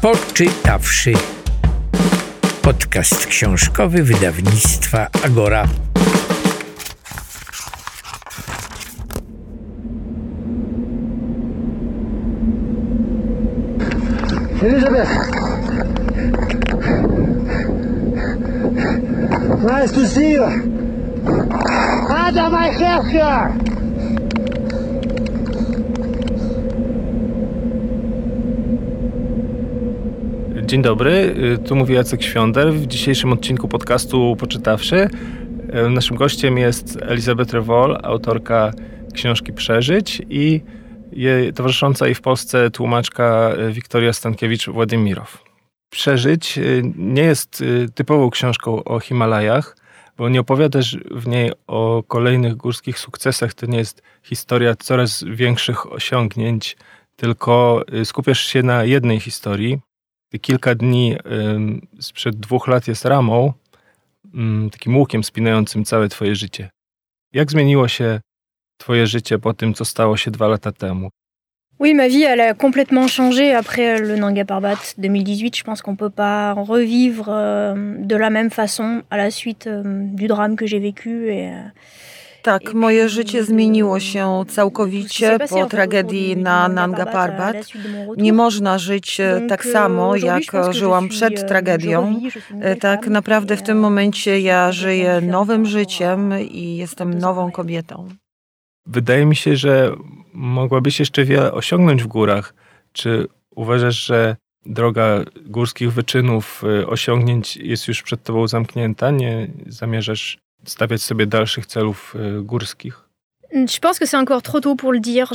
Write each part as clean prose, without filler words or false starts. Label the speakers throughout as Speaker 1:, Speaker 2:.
Speaker 1: Poczytawszy. Podcast książkowy wydawnictwa Agora.
Speaker 2: Elizabeth! Nice to see you! Adam, I help you!
Speaker 3: Dzień dobry, tu mówi Jacek Świąder. W dzisiejszym odcinku podcastu Poczytawszy naszym gościem jest Elizabeth Revol, autorka książki Przeżyć i towarzysząca jej w Polsce tłumaczka Wiktoria Stankiewicz-Władimirow. Przeżyć nie jest typową książką o Himalajach, bo nie opowiadasz w niej o kolejnych górskich sukcesach. To nie jest historia coraz większych osiągnięć, tylko skupiasz się na jednej historii. Kilka dni sprzed 2 lat jest ramą, takim łukiem spinającym całe twoje życie. Jak zmieniło się twoje życie po tym, co stało się 2 lata temu?
Speaker 4: Oui, ma vie, elle a complètement changé après le Nanga Parbat 2018. Je pense qu'on peut pas revivre de la même façon à la suite du drame que j'ai vécu.
Speaker 5: Tak, moje życie zmieniło się całkowicie po tragedii na Nanga Parbat. Nie można żyć tak samo, jak żyłam przed tragedią. Tak naprawdę w tym momencie ja żyję nowym życiem i jestem nową kobietą.
Speaker 3: Wydaje mi się, że mogłabyś jeszcze wiele osiągnąć w górach. Czy uważasz, że droga górskich wyczynów, osiągnięć jest już przed tobą zamknięta? Nie zamierzasz stawiać sobie dalszych celów górskich?
Speaker 4: Je pense que c'est encore trop tôt pour le dire.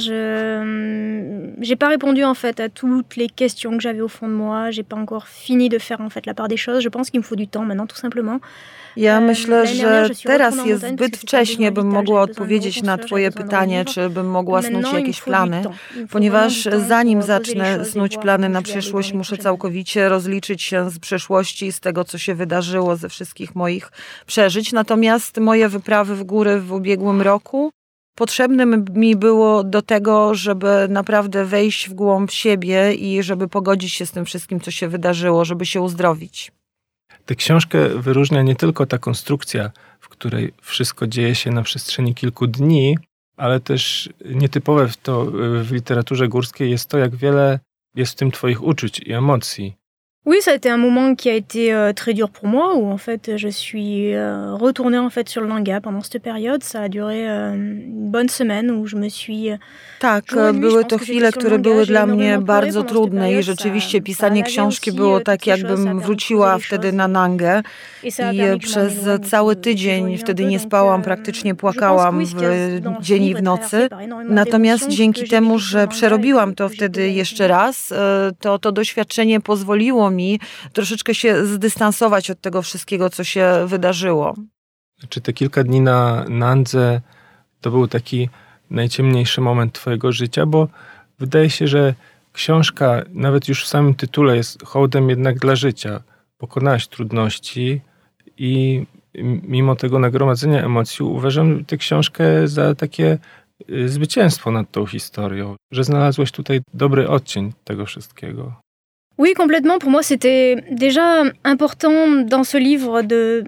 Speaker 4: J'ai pas répondu en fait à toutes les questions que j'avais au fond de moi. J'ai pas encore fini de faire en fait la part des choses. Je pense qu'il me faut du temps maintenant, tout simplement.
Speaker 5: Ja myślę, że teraz jest zbyt wcześnie, bym mogła odpowiedzieć na twoje pytanie, czy bym mogła snuć jakieś plany, ponieważ zanim zacznę snuć plany na przyszłość, muszę całkowicie rozliczyć się z przeszłości, z tego, co się wydarzyło, ze wszystkich moich przeżyć. Natomiast moje wyprawy w góry w ubiegłym roku potrzebne mi było do tego, żeby naprawdę wejść w głąb siebie i żeby pogodzić się z tym wszystkim, co się wydarzyło, żeby się uzdrowić.
Speaker 3: Tę książkę wyróżnia nie tylko ta konstrukcja, w której wszystko dzieje się na przestrzeni kilku dni, ale też nietypowe w literaturze górskiej jest to, jak wiele jest w tym twoich uczuć i emocji.
Speaker 4: Oui, ça a été un moment qui a été très dur pour moi, où en fait je suis retournée en fait sur le Nanga pendant cette période. Ça a duré une bonne semaine où je me suis...
Speaker 5: Tak, były to chwile, które były dla mnie bardzo trudne i rzeczywiście pisanie książki było tak, jakbym wróciła wtedy na Nangę i przez cały tydzień wtedy nie spałam, praktycznie płakałam w dzień i w nocy. Natomiast dzięki temu, że przerobiłam to wtedy jeszcze raz, to doświadczenie pozwoliło mi troszeczkę się zdystansować od tego wszystkiego, co się wydarzyło.
Speaker 3: Czy te kilka dni na Nandze to był taki najciemniejszy moment twojego życia? Bo wydaje się, że książka, nawet już w samym tytule, jest hołdem jednak dla życia. Pokonałaś trudności i mimo tego nagromadzenia emocji uważam tę książkę za takie zwycięstwo nad tą historią, że znalazłeś tutaj dobry odcień tego wszystkiego.
Speaker 4: Oui, complètement. Pour moi, c'était déjà important dans ce livre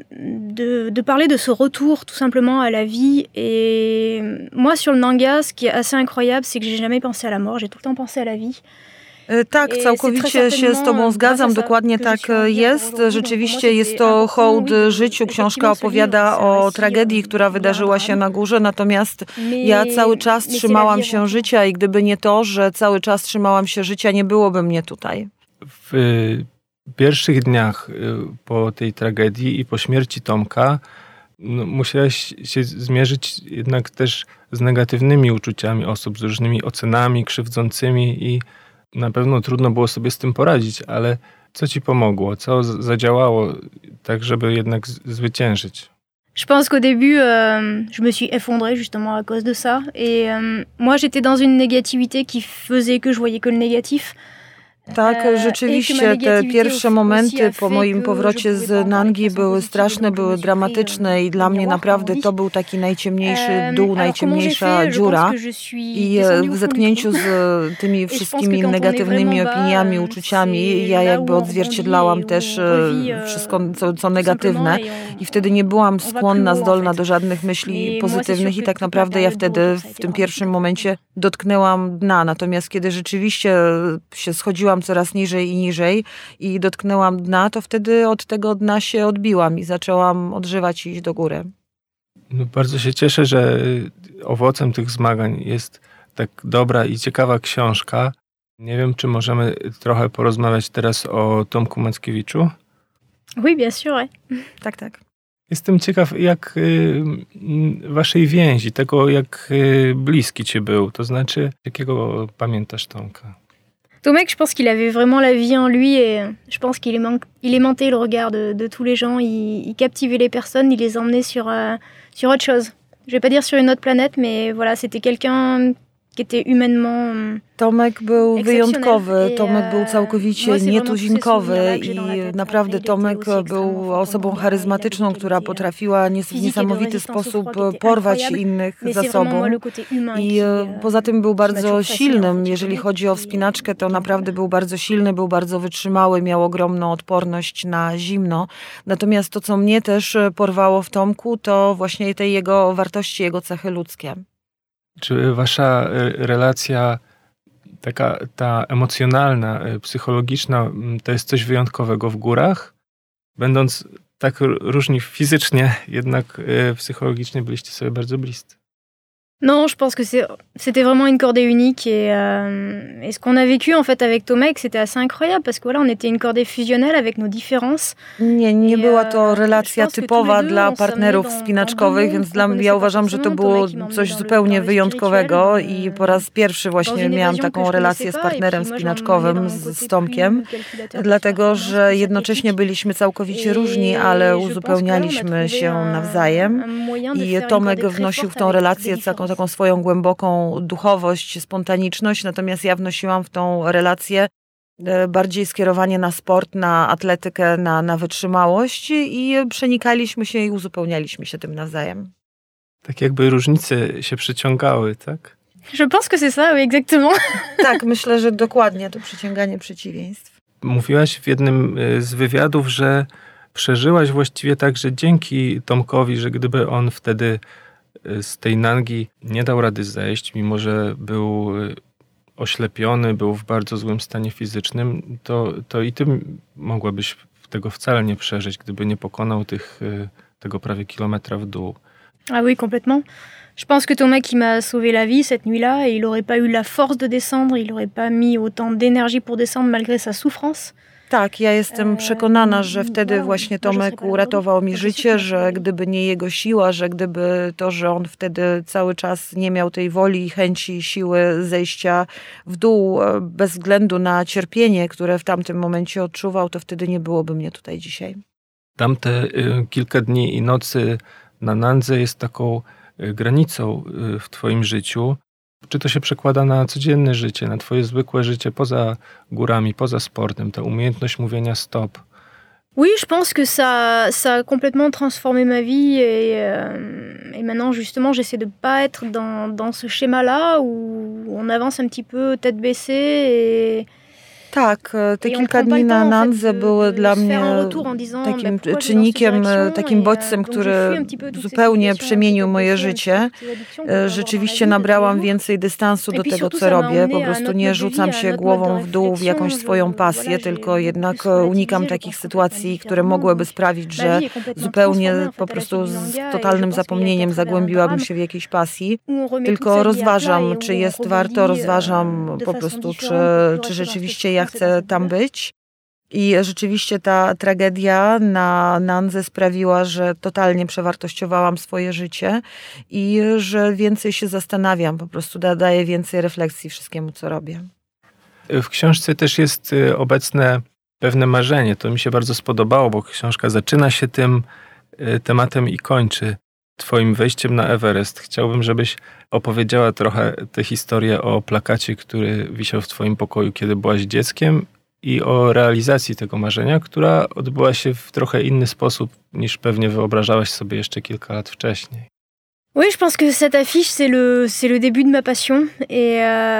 Speaker 4: de parler de ce retour tout simplement à la vie. Et moi, sur le Nanga, ce qui est assez incroyable, c'est que j'ai jamais pensé à la mort, j'ai tout le temps pensé à la vie.
Speaker 5: Tak, całkowicie się z tobą zgadzam, dokładnie tak jest. Rzeczywiście jest to hołd życiu. Książka opowiada o tragedii, która wydarzyła się na górze, natomiast ja cały czas trzymałam się życia i gdyby nie to, że cały czas trzymałam się życia, nie byłoby mnie tutaj.
Speaker 3: W pierwszych dniach po tej tragedii i po śmierci Tomka musiałaś się zmierzyć jednak też z negatywnymi uczuciami osób, z różnymi ocenami krzywdzącymi i na pewno trudno było sobie z tym poradzić, ale co ci pomogło? Co zadziałało tak, żeby jednak zwyciężyć?
Speaker 4: Je pense qu'au début, je me suis effondrée justement à cause de ça. Et moi, j'étais dans une négativité qui faisait que je voyais que le négatif.
Speaker 5: Tak, rzeczywiście te pierwsze momenty po moim powrocie z Nangi były straszne, były dramatyczne i dla mnie naprawdę to był taki najciemniejszy dół, najciemniejsza dziura. I w zetknięciu z tymi wszystkimi negatywnymi opiniami, uczuciami, ja jakby odzwierciedlałam też wszystko, co negatywne i wtedy nie byłam skłonna, zdolna do żadnych myśli pozytywnych i tak naprawdę ja wtedy w tym pierwszym momencie dotknęłam dna. Natomiast kiedy rzeczywiście się schodziłam coraz niżej i niżej i dotknęłam dna, to wtedy od tego dna się odbiłam i zaczęłam odżywać i iść do góry.
Speaker 3: No, bardzo się cieszę, że owocem tych zmagań jest tak dobra i ciekawa książka. Nie wiem, czy możemy trochę porozmawiać teraz o Tomku Mackiewiczu?
Speaker 4: Oui, bien sûr, ouais.
Speaker 5: Tak.
Speaker 3: Jestem ciekaw, jak waszej więzi, tego jak bliski ci był, to znaczy, jakiego pamiętasz Tomka?
Speaker 4: Tomek, je pense qu'il avait vraiment la vie en lui et je pense qu'il aimantait le regard de tous les gens, il captivait les personnes, il les emmenait sur autre chose. Je vais pas dire sur une autre planète, mais voilà, c'était quelqu'un qui était humainement
Speaker 5: Tomek był wyjątkowy, Tomek był całkowicie nietuzinkowy i naprawdę Tomek był osobą charyzmatyczną, która potrafiła w niesamowity sposób porwać innych za sobą i poza tym był bardzo silnym. Jeżeli chodzi o wspinaczkę, to naprawdę był bardzo silny, był bardzo wytrzymały, miał ogromną odporność na zimno. Natomiast to, co mnie też porwało w Tomku, to właśnie te jego wartości, jego cechy ludzkie.
Speaker 3: Czy wasza relacja, ta emocjonalna, psychologiczna, to jest coś wyjątkowego w górach? Będąc tak różni fizycznie, jednak psychologicznie byliście sobie bardzo bliscy.
Speaker 4: Non, je pense que c'était vraiment une cordée unique et ce qu'on a vécu en fait avec Tomek, c'était assez incroyable parce que voilà, on était une cordée fusionnelle avec nos différences.
Speaker 5: Nie była to relacja typowa dla partnerów wspinaczkowych, więc ja uważam, że to było coś zupełnie wyjątkowego i po raz pierwszy właśnie miałam taką relację z partnerem wspinaczkowym, z Tomkiem, dlatego, że jednocześnie byliśmy całkowicie różni, ale uzupełnialiśmy się nawzajem i Tomek wnosił w tą relację taką swoją głęboką duchowość, spontaniczność, natomiast ja wnosiłam w tą relację bardziej skierowanie na sport, na atletykę, na wytrzymałość i przenikaliśmy się i uzupełnialiśmy się tym nawzajem.
Speaker 3: Tak jakby różnice się przyciągały, tak?
Speaker 4: Je pense que c'est ça, oui, exactement.
Speaker 5: Tak, myślę, że dokładnie to przyciąganie przeciwieństw.
Speaker 3: Mówiłaś w jednym z wywiadów, że przeżyłaś właściwie tak, że dzięki Tomkowi, że gdyby on wtedy z tej Nangi nie dał rady zejść, mimo że był oślepiony, był w bardzo złym stanie fizycznym, to i ty mogłabyś tego wcale nie przeżyć, gdyby nie pokonał tego prawie kilometra w dół.
Speaker 4: Ah oui, complètement. Je pense que Tomek, il m'a sauvé la vie cette nuit-là et il n'aurait pas eu la force de descendre, il n'aurait pas mis autant d'énergie pour descendre malgré sa souffrance.
Speaker 5: Tak, ja jestem przekonana, że wtedy właśnie Tomek uratował mi życie, że gdyby nie jego siła, że gdyby to, że on wtedy cały czas nie miał tej woli, chęci, siły zejścia w dół bez względu na cierpienie, które w tamtym momencie odczuwał, to wtedy nie byłoby mnie tutaj dzisiaj.
Speaker 3: Tamte kilka dni i nocy na Nandze jest taką granicą w twoim życiu. Czy to się przekłada na codzienne życie, na twoje zwykłe życie poza górami, poza sportem, ta umiejętność mówienia stop?
Speaker 4: Oui, je pense que ça a complètement transformé ma vie et maintenant justement j'essaie de pas être dans ce schéma-là où on avance un petit peu tête baissée et
Speaker 5: tak, te kilka dni na Nandze były dla mnie takim czynnikiem, takim bodźcem, który zupełnie przemienił moje życie. Rzeczywiście nabrałam więcej dystansu do tego, co robię. Po prostu nie rzucam się głową w dół w jakąś swoją pasję, tylko jednak unikam takich sytuacji, które mogłyby sprawić, że zupełnie po prostu z totalnym zapomnieniem zagłębiłabym się w jakiejś pasji. Tylko rozważam, czy jest warto, rozważam po prostu, czy rzeczywiście ja chcę tam być. I rzeczywiście ta tragedia na Nandze sprawiła, że totalnie przewartościowałam swoje życie i że więcej się zastanawiam, po prostu daję więcej refleksji wszystkiemu, co robię.
Speaker 3: W książce też jest obecne pewne marzenie. To mi się bardzo spodobało, bo książka zaczyna się tym tematem i kończy twoim wejściem na Everest. Chciałbym, żebyś opowiedziała trochę tę historię o plakacie, który wisiał w twoim pokoju, kiedy byłaś dzieckiem i o realizacji tego marzenia, która odbyła się w trochę inny sposób niż pewnie wyobrażałaś sobie jeszcze kilka lat wcześniej.
Speaker 4: Oui, je pense que cette affiche, c'est le début de ma passion. Et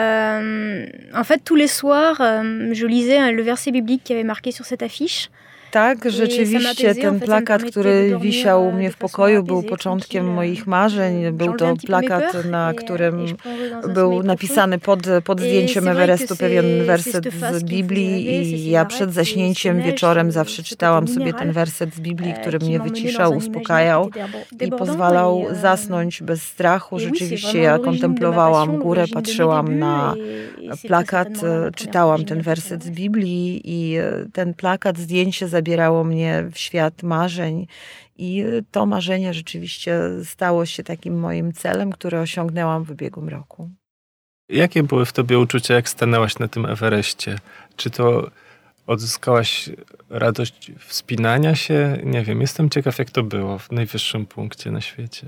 Speaker 4: en fait, tous les soirs, je lisais le verset biblique qui avait marqué sur cette affiche.
Speaker 5: Tak, rzeczywiście ten plakat, który wisiał u mnie w pokoju, był początkiem moich marzeń. Był to plakat, na którym był napisany pod zdjęciem Everestu pewien werset z Biblii i ja przed zaśnięciem wieczorem zawsze czytałam sobie ten werset z Biblii, który mnie wyciszał, uspokajał i pozwalał zasnąć bez strachu. Rzeczywiście ja kontemplowałam górę, patrzyłam na plakat, czytałam ten werset z Biblii i ten plakat, zdjęcie zabierało mnie w świat marzeń i to marzenie rzeczywiście stało się takim moim celem, który osiągnęłam w ubiegłym roku.
Speaker 3: Jakie były w tobie uczucia, jak stanęłaś na tym Everestie? Czy to odzyskałaś radość wspinania się? Nie wiem, jestem ciekaw, jak to było w najwyższym punkcie na świecie.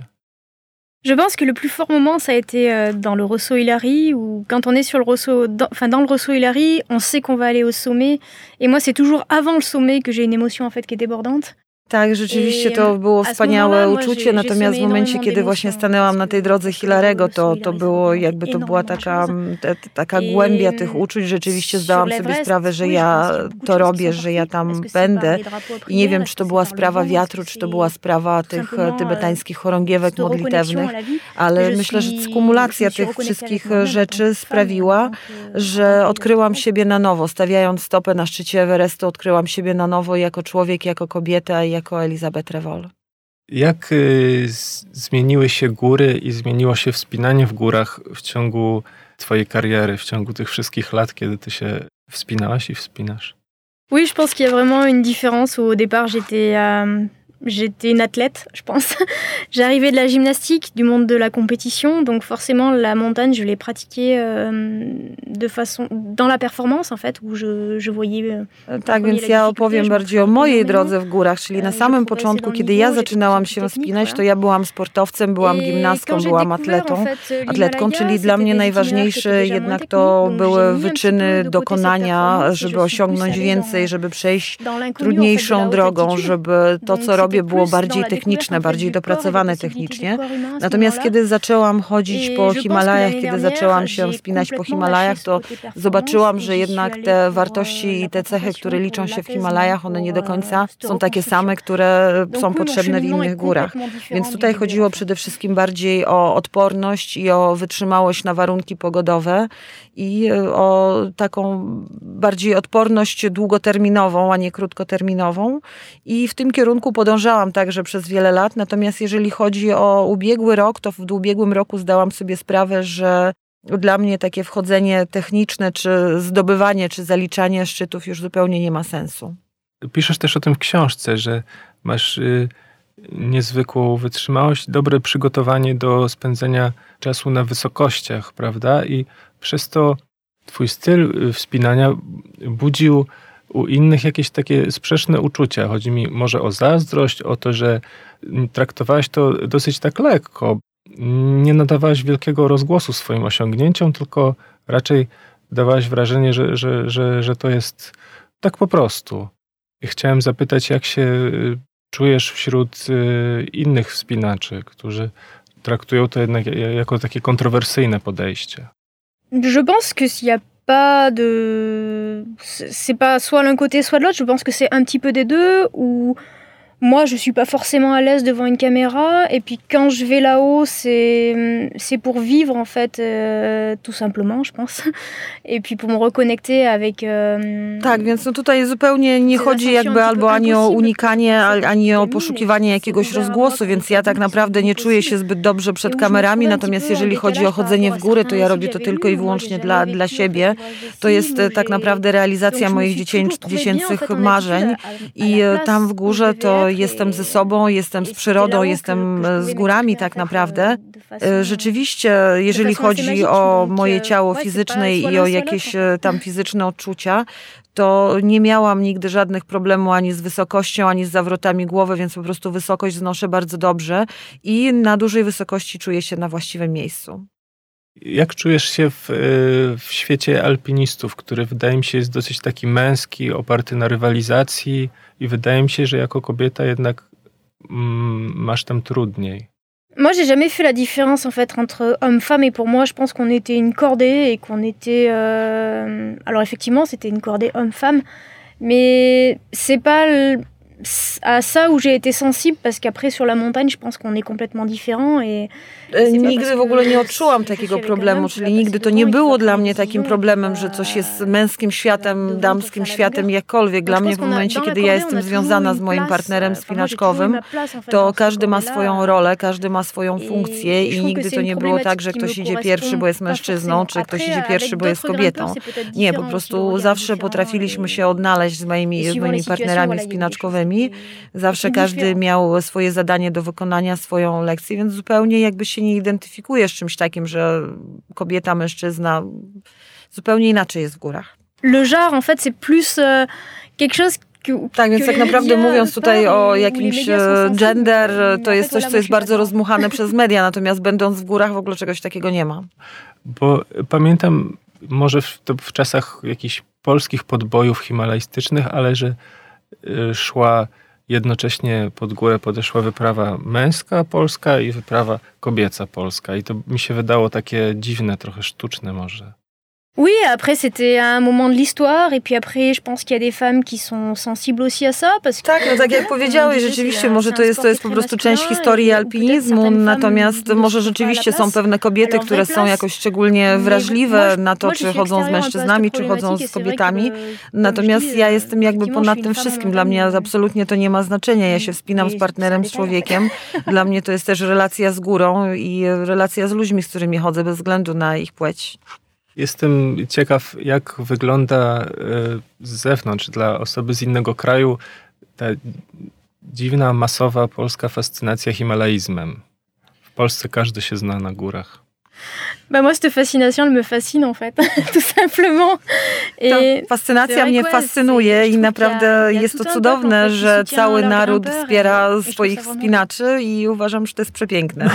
Speaker 4: Je pense que le plus fort moment, ça a été dans le Rosso Hilary, où quand on est sur le Rosso, dans le Rosso Hilary, on sait qu'on va aller au sommet. Et moi, c'est toujours avant le sommet que j'ai une émotion en fait qui est débordante.
Speaker 5: Tak, rzeczywiście to było wspaniałe uczucie, natomiast w momencie, kiedy właśnie stanęłam na tej drodze Hilarego, to było jakby to była taka głębia tych uczuć. Rzeczywiście zdałam sobie sprawę, że ja to robię, że ja tam będę i nie wiem, czy to była sprawa wiatru, czy to była sprawa tych tybetańskich chorągiewek modlitewnych, ale myślę, że skumulacja tych wszystkich rzeczy sprawiła, że odkryłam siebie na nowo. Stawiając stopę na szczycie Everestu, odkryłam siebie na nowo jako człowiek, jako kobieta, jako Elisabeth Revol.
Speaker 3: Jak zmieniły się góry i zmieniło się wspinanie w górach w ciągu twojej kariery, w ciągu tych wszystkich lat, kiedy ty się wspinałaś i wspinasz?
Speaker 4: Oui, je pense qu'il y a vraiment une différence où au départ j'étais une athlète, je pense. J'arrivais de la gymnastique, du monde de la compétition, donc forcément la montagne, je l'ai pratiquée de façon dans la performance en fait, où je voyais.
Speaker 5: Tak, więc ja opowiem bardziej o mojej drodze w górach, czyli na samym początku, kiedy ja zaczynałam się wspinać, to ja byłam sportowcem, byłam gimnastką, byłam atletką, czyli dla mnie najważniejsze jednak to były wyczyny, dokonania, żeby osiągnąć więcej, żeby przejść trudniejszą drogą, żeby to, co robię, było bardziej techniczne, bardziej dopracowane technicznie. Natomiast kiedy zaczęłam chodzić po Himalajach, kiedy zaczęłam się wspinać po Himalajach, to zobaczyłam, że jednak te wartości i te cechy, które liczą się w Himalajach, one nie do końca są takie same, które są potrzebne w innych górach. Więc tutaj chodziło przede wszystkim bardziej o odporność i o wytrzymałość na warunki pogodowe i o taką bardziej odporność długoterminową, a nie krótkoterminową. I w tym kierunku podążałam także przez wiele lat. Natomiast jeżeli chodzi o ubiegły rok, to w ubiegłym roku zdałam sobie sprawę, że dla mnie takie wchodzenie techniczne, czy zdobywanie, czy zaliczanie szczytów już zupełnie nie ma sensu.
Speaker 3: Piszesz też o tym w książce, że masz niezwykłą wytrzymałość, dobre przygotowanie do spędzenia czasu na wysokościach, prawda? I przez to twój styl wspinania budził u innych jakieś takie sprzeczne uczucia. Chodzi mi może o zazdrość, o to, że traktowałaś to dosyć tak lekko. Nie nadawałaś wielkiego rozgłosu swoim osiągnięciom, tylko raczej dawałaś wrażenie, że to jest tak po prostu. I chciałem zapytać, jak się czujesz wśród innych wspinaczy, którzy traktują to jednak jako takie kontrowersyjne podejście.
Speaker 4: Je pense que s'il y a pas de... C'est pas soit l'un côté, soit de l'autre. Je pense que c'est un petit peu des deux, où moi, je suis pas forcément à l'aise devant une caméra, et puis quand je vais là-haut, c'est pour vivre, en fait, tout simplement, je pense. Et puis pour me reconnecter avec...
Speaker 5: Tak, więc no tutaj zupełnie nie chodzi jakby albo ani o unikanie, ani o poszukiwanie jakiegoś rozgłosu, więc ja tak naprawdę nie czuję się zbyt dobrze przed kamerami, natomiast jeżeli chodzi o chodzenie w góry, to ja robię to tylko i wyłącznie dla siebie. To jest tak naprawdę realizacja moich dziecięcych marzeń i tam w górze to jestem ze sobą, jestem z przyrodą, jestem z górami tak naprawdę. Rzeczywiście, jeżeli chodzi o moje ciało fizyczne i o jakieś tam fizyczne odczucia, to nie miałam nigdy żadnych problemów ani z wysokością, ani z zawrotami głowy, więc po prostu wysokość znoszę bardzo dobrze i na dużej wysokości czuję się na właściwym miejscu.
Speaker 3: Jak czujesz się w świecie alpinistów, który wydaje mi się jest dosyć taki męski, oparty na rywalizacji i wydaje mi się, że jako kobieta jednak masz tam trudniej?
Speaker 4: Moi, j'ai jamais fait la différence en fait entre hommes-femmes et pour moi, je pense qu'on était une cordée et qu'on était... Alors effectivement, c'était une cordée hommes-femmes, mais c'est pas à ça où j'ai été sensible parce qu'après sur la montagne, je pense qu'on est complètement différents et...
Speaker 5: Nigdy w ogóle nie odczułam takiego problemu, czyli nigdy to nie było dla mnie takim problemem, że coś jest męskim światem, damskim światem, jakkolwiek. Dla mnie w momencie, kiedy ja jestem związana z moim partnerem spinaczkowym, to każdy ma swoją rolę, każdy ma swoją funkcję i nigdy to nie było tak, że ktoś idzie pierwszy, bo jest mężczyzną, czy ktoś idzie pierwszy, bo jest kobietą. Nie, po prostu zawsze potrafiliśmy się odnaleźć z moimi partnerami spinaczkowymi. Zawsze każdy miał swoje zadanie do wykonania, swoją lekcję, więc zupełnie jakby się nie identyfikuje z czymś takim, że kobieta, mężczyzna, zupełnie inaczej jest w górach.
Speaker 4: Le genre, en fait, c'est plus quelque chose.
Speaker 5: Tak, więc tak naprawdę mówiąc tutaj o jakimś gender, to jest coś, co jest bardzo rozdmuchane przez media, natomiast będąc w górach w ogóle czegoś takiego nie ma.
Speaker 3: Bo pamiętam może w czasach jakichś polskich podbojów himalajstycznych, ale że szła jednocześnie pod górę podeszła wyprawa męska polska i wyprawa kobieca polska. I to mi się wydało takie dziwne, trochę sztuczne może.
Speaker 4: Oui, après c'était un moment de l'histoire et puis après je pense qu'il y a des femmes qui sont sensibles aussi à ça parce que...
Speaker 5: Tak, no tak jak powiedziałeś, rzeczywiście może to jest po prostu część historii alpinizmu, natomiast może rzeczywiście są pewne kobiety, które są jakoś szczególnie wrażliwe na to, czy chodzą z mężczyznami, czy chodzą z kobietami. Natomiast ja jestem jakby ponad tym wszystkim. Dla mnie absolutnie to nie ma znaczenia. Ja się wspinam z partnerem, z człowiekiem. Dla mnie to jest też relacja z górą i relacja z ludźmi, z którymi chodzę bez względu na ich płeć.
Speaker 3: Jestem ciekaw, jak wygląda z zewnątrz dla osoby z innego kraju ta dziwna, masowa polska fascynacja himalaizmem. W Polsce każdy się zna na górach.
Speaker 4: Bah moi, cette fascination, elle me fascine en fait, tout simplement.
Speaker 5: Ta fascynacja mnie fascynuje i naprawdę jest to cudowne, że cały naród wspiera swoich wspinaczy i uważam, że to jest przepiękne.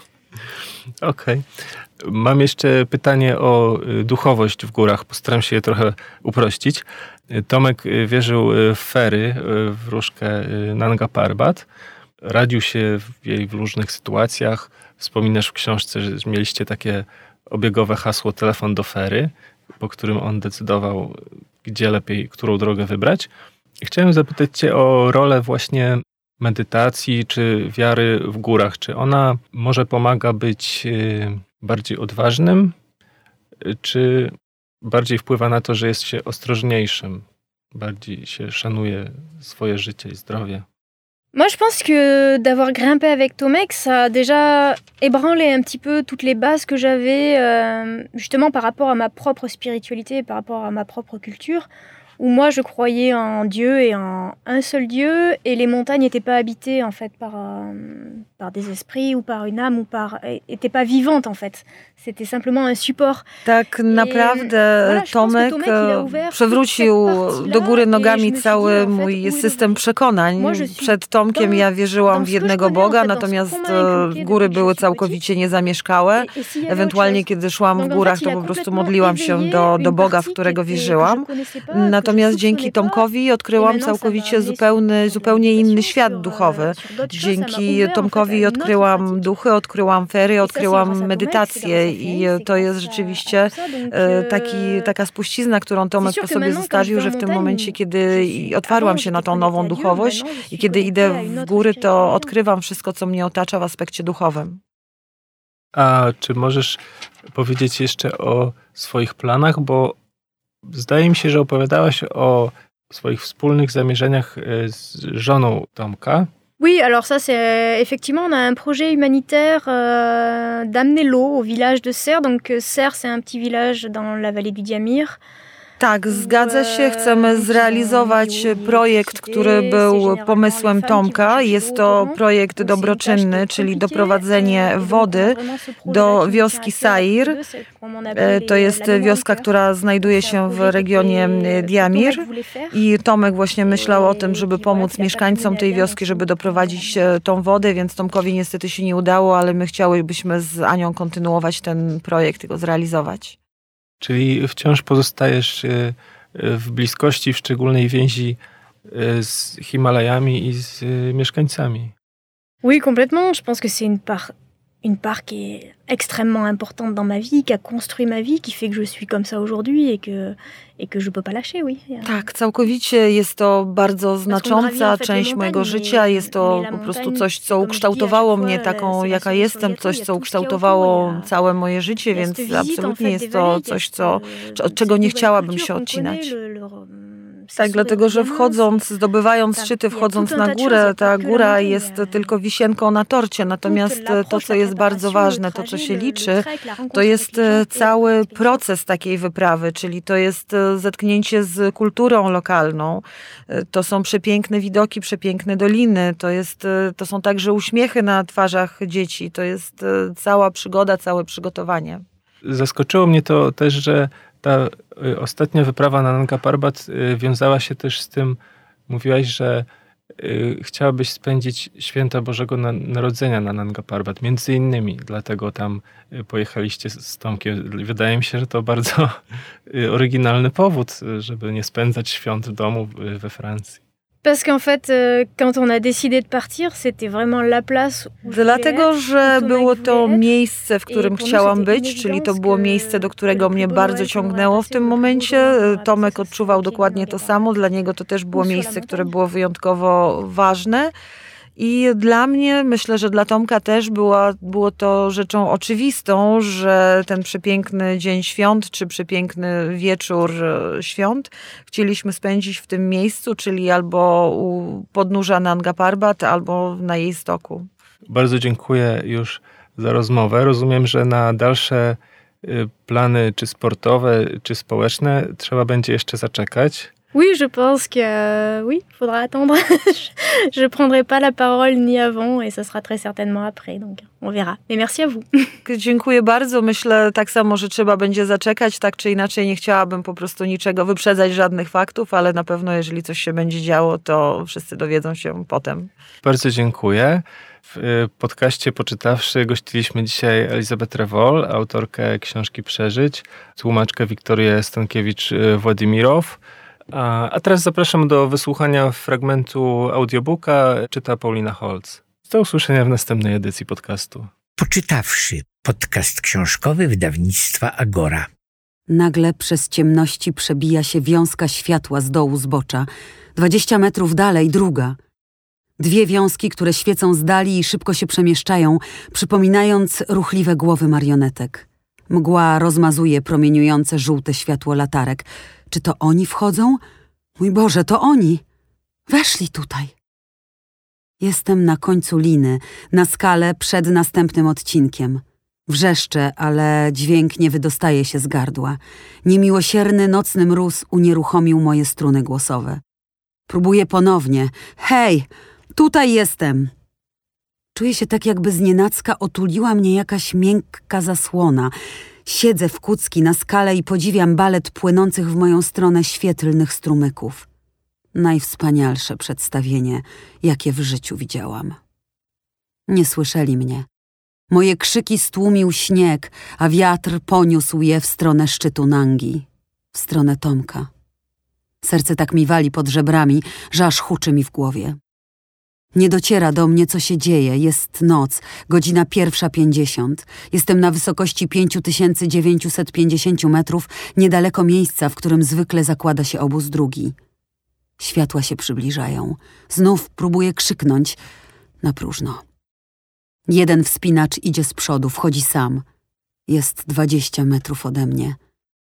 Speaker 3: Okej. Mam jeszcze pytanie o duchowość w górach. Postaram się je trochę uprościć. Tomek wierzył w fery, w wróżkę Nanga Parbat. Radził się jej w różnych sytuacjach. Wspominasz w książce, że mieliście takie obiegowe hasło telefon do fery, po którym on decydował, gdzie lepiej, którą drogę wybrać. I chciałem zapytać cię o rolę właśnie medytacji czy wiary w górach. Czy ona może pomaga być bardziej odważnym, czy bardziej wpływa na to, że jest się ostrożniejszym, bardziej się szanuje swoje życie i zdrowie?
Speaker 4: Moi, je pense que d'avoir grimpé avec Tomek, ça a déjà ébranlé un petit peu toutes les bases que j'avais, justement par rapport à ma propre spiritualité et par rapport à ma propre culture, où moi je croyais en Dieu et en un seul Dieu, et les montagnes n'étaient pas habitées en fait par des esprits ou par une âme ou étaient pas vivantes en fait. C'était simplement un support.
Speaker 5: Tak naprawdę Tomek przewrócił do góry nogami cały mój system przekonań. Przed Tomkiem ja wierzyłam w jednego Boga, natomiast góry były całkowicie niezamieszkałe. Ewentualnie kiedy szłam w górach, to po prostu modliłam się do Boga, w którego wierzyłam. Natomiast dzięki Tomkowi odkryłam całkowicie zupełnie inny świat duchowy. Dzięki Tomkowi odkryłam duchy, odkryłam fery, odkryłam medytację i to jest rzeczywiście taka spuścizna, którą Tomek po sobie zostawił, że w tym momencie, kiedy otwarłam się na tą nową duchowość i kiedy idę w góry, to odkrywam wszystko, co mnie otacza w aspekcie duchowym.
Speaker 3: A czy możesz powiedzieć jeszcze o swoich planach, bo zdaje mi się, że opowiadałaś o swoich wspólnych zamierzeniach z żoną Tomka.
Speaker 4: Oui, alors ça c'est effectivement on a un projet humanitaire d'amener l'eau au village de Ser. Donc Ser c'est un petit village dans la vallée du Diamir.
Speaker 5: Tak, zgadza się. Chcemy zrealizować projekt, który był pomysłem Tomka. Jest to projekt dobroczynny, czyli doprowadzenie wody do wioski Sair. To jest wioska, która znajduje się w regionie Diamir. I Tomek właśnie myślał o tym, żeby pomóc mieszkańcom tej wioski, żeby doprowadzić tą wodę, więc Tomkowi niestety się nie udało, ale my chciałybyśmy z Anią kontynuować ten projekt i go zrealizować.
Speaker 3: Czyli wciąż pozostajesz w bliskości, w szczególnej więzi z Himalajami i z mieszkańcami.
Speaker 4: Oui, complètement. Je pense que c'est une part qui est extrêmement importante dans ma vie, qui a construit ma vie, qui fait que je suis comme ça aujourd'hui et que je peux pas lâcher, oui.
Speaker 5: Tak, całkowicie jest to bardzo znacząca część mojego życia. Jest to po prostu coś, co ukształtowało mnie taką, jaka jestem, coś, co ukształtowało całe moje życie, więc absolutnie jest to coś, od czego nie chciałabym się odcinać. Tak, dlatego, że zdobywając szczyty, wchodząc na górę, ta góra jest tylko wisienką na torcie, natomiast to, co jest bardzo ważne, to, co się liczy, to jest cały proces takiej wyprawy, czyli to jest zetknięcie z kulturą lokalną, to są przepiękne widoki, przepiękne doliny, to są także uśmiechy na twarzach dzieci, to jest cała przygoda, całe przygotowanie.
Speaker 3: Zaskoczyło mnie to też, że ta ostatnia wyprawa na Nanga Parbat wiązała się też z tym, mówiłaś, że chciałabyś spędzić święta Bożego Narodzenia na Nanga Parbat. Między innymi dlatego tam pojechaliście z Tomkiem. Wydaje mi się, że to bardzo oryginalny powód, żeby nie spędzać świąt w domu we Francji.
Speaker 4: Parce qu'en fait, quand on a décidé de partir, c'était vraiment la place où
Speaker 5: Dlatego, że było to miejsce, w którym chciałam być, czyli to było miejsce, do którego mnie bardzo ciągnęło w tym momencie. Tomek odczuwał dokładnie to samo. Dla niego to też było miejsce, które było wyjątkowo ważne. I dla mnie, myślę, że dla Tomka też było to rzeczą oczywistą, że ten przepiękny dzień świąt, czy przepiękny wieczór świąt chcieliśmy spędzić w tym miejscu, czyli albo u podnóża Nanga Parbat, albo na jej stoku.
Speaker 3: Bardzo dziękuję już za rozmowę. Rozumiem, że na dalsze plany, czy sportowe, czy społeczne, trzeba będzie jeszcze zaczekać.
Speaker 4: Oui, je pense que oui, faudra attendre. Je prendrai pas la parole ni avant et ça sera très certainement après, donc on verra. Mais merci à vous.
Speaker 5: Dziękuję bardzo. Myślę tak samo, że trzeba będzie zaczekać. Tak czy inaczej nie chciałabym po prostu niczego wyprzedzać, żadnych faktów, ale na pewno jeżeli coś się będzie działo, to wszyscy dowiedzą się potem.
Speaker 3: Bardzo dziękuję. W podcaście Poczytawszy gościliśmy dzisiaj Elizabeth Revol, autorkę książki Przeżyć, tłumaczkę Wiktorię Stankiewicz-Władimirow. A teraz zapraszam do wysłuchania fragmentu audiobooka, czyta Paulina Holz. Do usłyszenia w następnej edycji podcastu.
Speaker 1: Poczytawszy. Podcast książkowy wydawnictwa Agora.
Speaker 6: Nagle przez ciemności przebija się wiązka światła z dołu zbocza. 20 metrów dalej druga. 2 wiązki, które świecą z dali i szybko się przemieszczają, przypominając ruchliwe głowy marionetek. Mgła rozmazuje promieniujące żółte światło latarek. Czy to oni wchodzą? Mój Boże, to oni! Weszli tutaj. Jestem na końcu liny, na skale przed następnym odcinkiem. Wrzeszczę, ale dźwięk nie wydostaje się z gardła. Niemiłosierny nocny mróz unieruchomił moje struny głosowe. Próbuję ponownie. Hej, tutaj jestem! Czuję się tak, jakby znienacka otuliła mnie jakaś miękka zasłona. Siedzę w kucki na skale i podziwiam balet płynących w moją stronę świetlnych strumyków. Najwspanialsze przedstawienie, jakie w życiu widziałam. Nie słyszeli mnie. Moje krzyki stłumił śnieg, a wiatr poniósł je w stronę szczytu Nangi, w stronę Tomka. Serce tak mi wali pod żebrami, że aż huczy mi w głowie. Nie dociera do mnie, co się dzieje. Jest noc, godzina 1:50. Jestem na wysokości 5950 metrów, niedaleko miejsca, w którym zwykle zakłada się obóz drugi. Światła się przybliżają. Znów próbuję krzyknąć. Na próżno. Jeden wspinacz idzie z przodu, wchodzi sam. Jest 20 metrów ode mnie.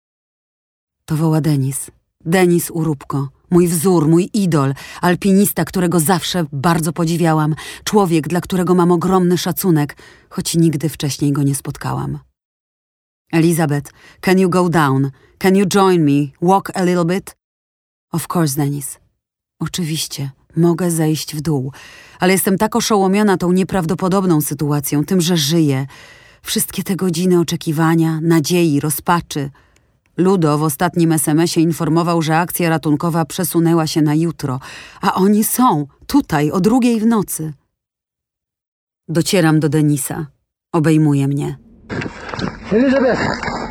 Speaker 6: To woła Denis. Denis Urubko. Mój wzór, mój idol, alpinista, którego zawsze bardzo podziwiałam, człowiek, dla którego mam ogromny szacunek, choć nigdy wcześniej go nie spotkałam. Elizabeth, can you go down? Can you join me? Walk a little bit? Of course, Denis. Oczywiście, mogę zejść w dół, ale jestem tak oszołomiona tą nieprawdopodobną sytuacją, tym, że żyję. Wszystkie te godziny oczekiwania, nadziei, rozpaczy. Ludo w ostatnim SMS-ie informował, że akcja ratunkowa przesunęła się na jutro, a oni są tutaj o 2:00 w nocy. Docieram do Denisa. Obejmuje mnie.
Speaker 2: Elizabeth!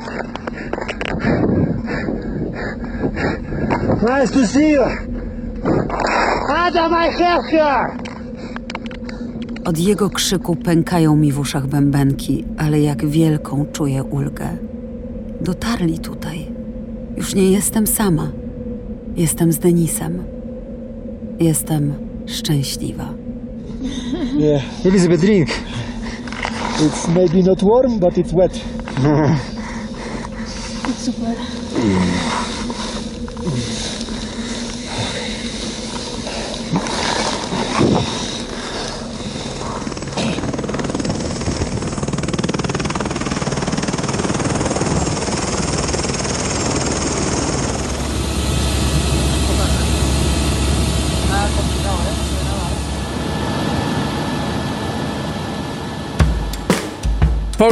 Speaker 2: Nice to see you! Adam, I have her!
Speaker 6: Od jego krzyku pękają mi w uszach bębenki, ale jak wielką czuję ulgę. Dotarli tutaj. Już nie jestem sama. Jestem z Denisem. Jestem szczęśliwa.
Speaker 2: Yeah, Elizabeth, drink. It's maybe not warm, but it's wet.
Speaker 7: Super.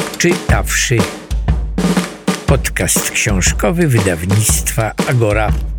Speaker 1: Poczytawszy. Podcast książkowy wydawnictwa Agora.